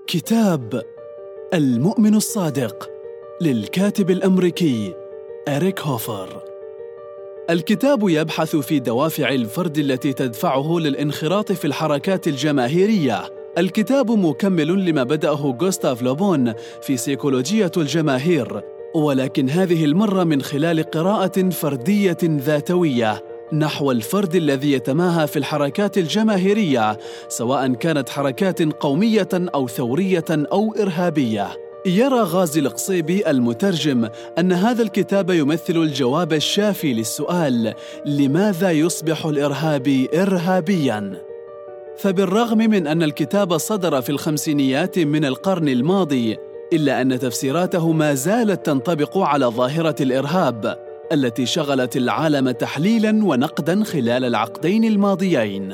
كتاب المؤمن الصادق للكاتب الأمريكي إريك هوفر. الكتاب يبحث في دوافع الفرد التي تدفعه للانخراط في الحركات الجماهيرية. الكتاب مكمل لما بدأه غوستاف لو بون في سيكولوجية الجماهير، ولكن هذه المرة من خلال قراءة فردية ذاتوية نحو الفرد الذي يتماهى في الحركات الجماهيرية، سواء كانت حركات قومية أو ثورية أو إرهابية. يرى غازي القصيبي المترجم أن هذا الكتاب يمثل الجواب الشافي للسؤال: لماذا يصبح الإرهابي إرهابياً؟ فبالرغم من أن الكتاب صدر في الخمسينيات من القرن الماضي، إلا أن تفسيراته ما زالت تنطبق على ظاهرة الإرهاب التي شغلت العالم تحليلاً ونقداً خلال العقدين الماضيين.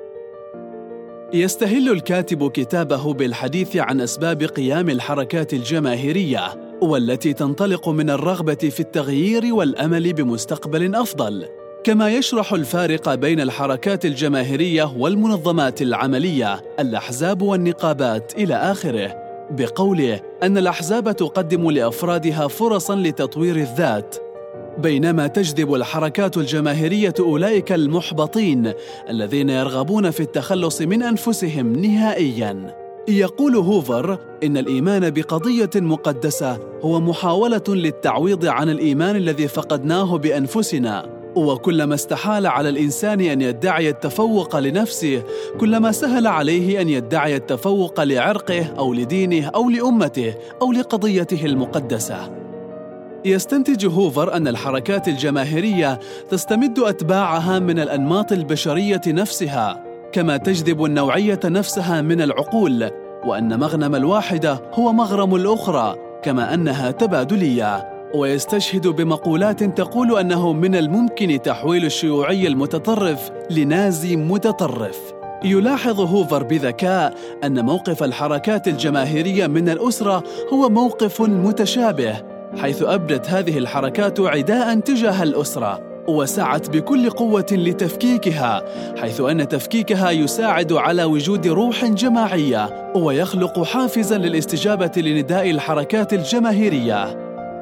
يستهل الكاتب كتابه بالحديث عن أسباب قيام الحركات الجماهيرية، والتي تنطلق من الرغبة في التغيير والأمل بمستقبل أفضل، كما يشرح الفارق بين الحركات الجماهيرية والمنظمات العملية، الأحزاب والنقابات إلى آخره، بقوله أن الأحزاب تقدم لأفرادها فرصاً لتطوير الذات، بينما تجذب الحركات الجماهيرية أولئك المحبطين الذين يرغبون في التخلص من أنفسهم نهائياً. يقول هوفر إن الإيمان بقضية مقدسة هو محاولة للتعويض عن الإيمان الذي فقدناه بأنفسنا، وكلما استحال على الإنسان أن يدعي التفوق لنفسه، كلما سهل عليه أن يدعي التفوق لعرقه أو لدينه أو لأمته أو لقضيته المقدسة. يستنتج هوفر أن الحركات الجماهيرية تستمد أتباعها من الأنماط البشرية نفسها، كما تجذب النوعية نفسها من العقول، وأن مغنم الواحدة هو مغرم الأخرى، كما أنها تبادلية. ويستشهد بمقولات تقول أنه من الممكن تحويل الشيوعي المتطرف لنازي متطرف. يلاحظ هوفر بذكاء أن موقف الحركات الجماهيرية من الأسرة هو موقف متشابه، حيث أبدت هذه الحركات عداءً تجاه الأسرة، وسعت بكل قوة لتفكيكها، حيث أن تفكيكها يساعد على وجود روح جماعية ويخلق حافزاً للاستجابة لنداء الحركات الجماهيرية.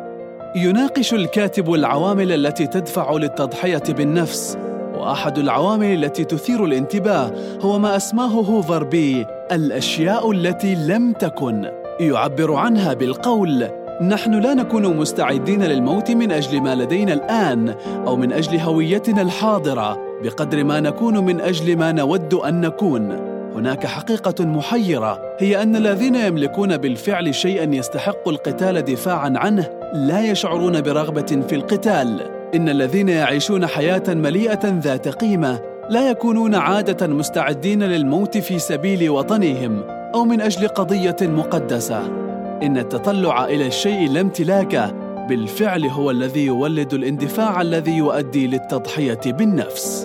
يناقش الكاتب العوامل التي تدفع للتضحية بالنفس، وأحد العوامل التي تثير الانتباه هو ما أسماه هوفر بالأشياء التي لم تكن. يعبر عنها بالقول: نحن لا نكون مستعدين للموت من أجل ما لدينا الآن أو من أجل هويتنا الحاضرة بقدر ما نكون من أجل ما نود أن نكون. هناك حقيقة محيرة، هي أن الذين يملكون بالفعل شيئاً يستحق القتال دفاعاً عنه لا يشعرون برغبة في القتال. إن الذين يعيشون حياة مليئة ذات قيمة لا يكونون عادة مستعدين للموت في سبيل وطنهم أو من أجل قضية مقدسة. إن التطلع إلى الشيء لا امتلاكه بالفعل هو الذي يولد الاندفاع الذي يؤدي للتضحية بالنفس.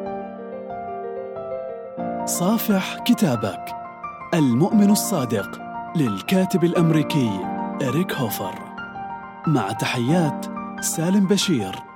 صافح كتابك المؤمن الصادق للكاتب الأمريكي إريك هوفر. مع تحيات سالم بشير.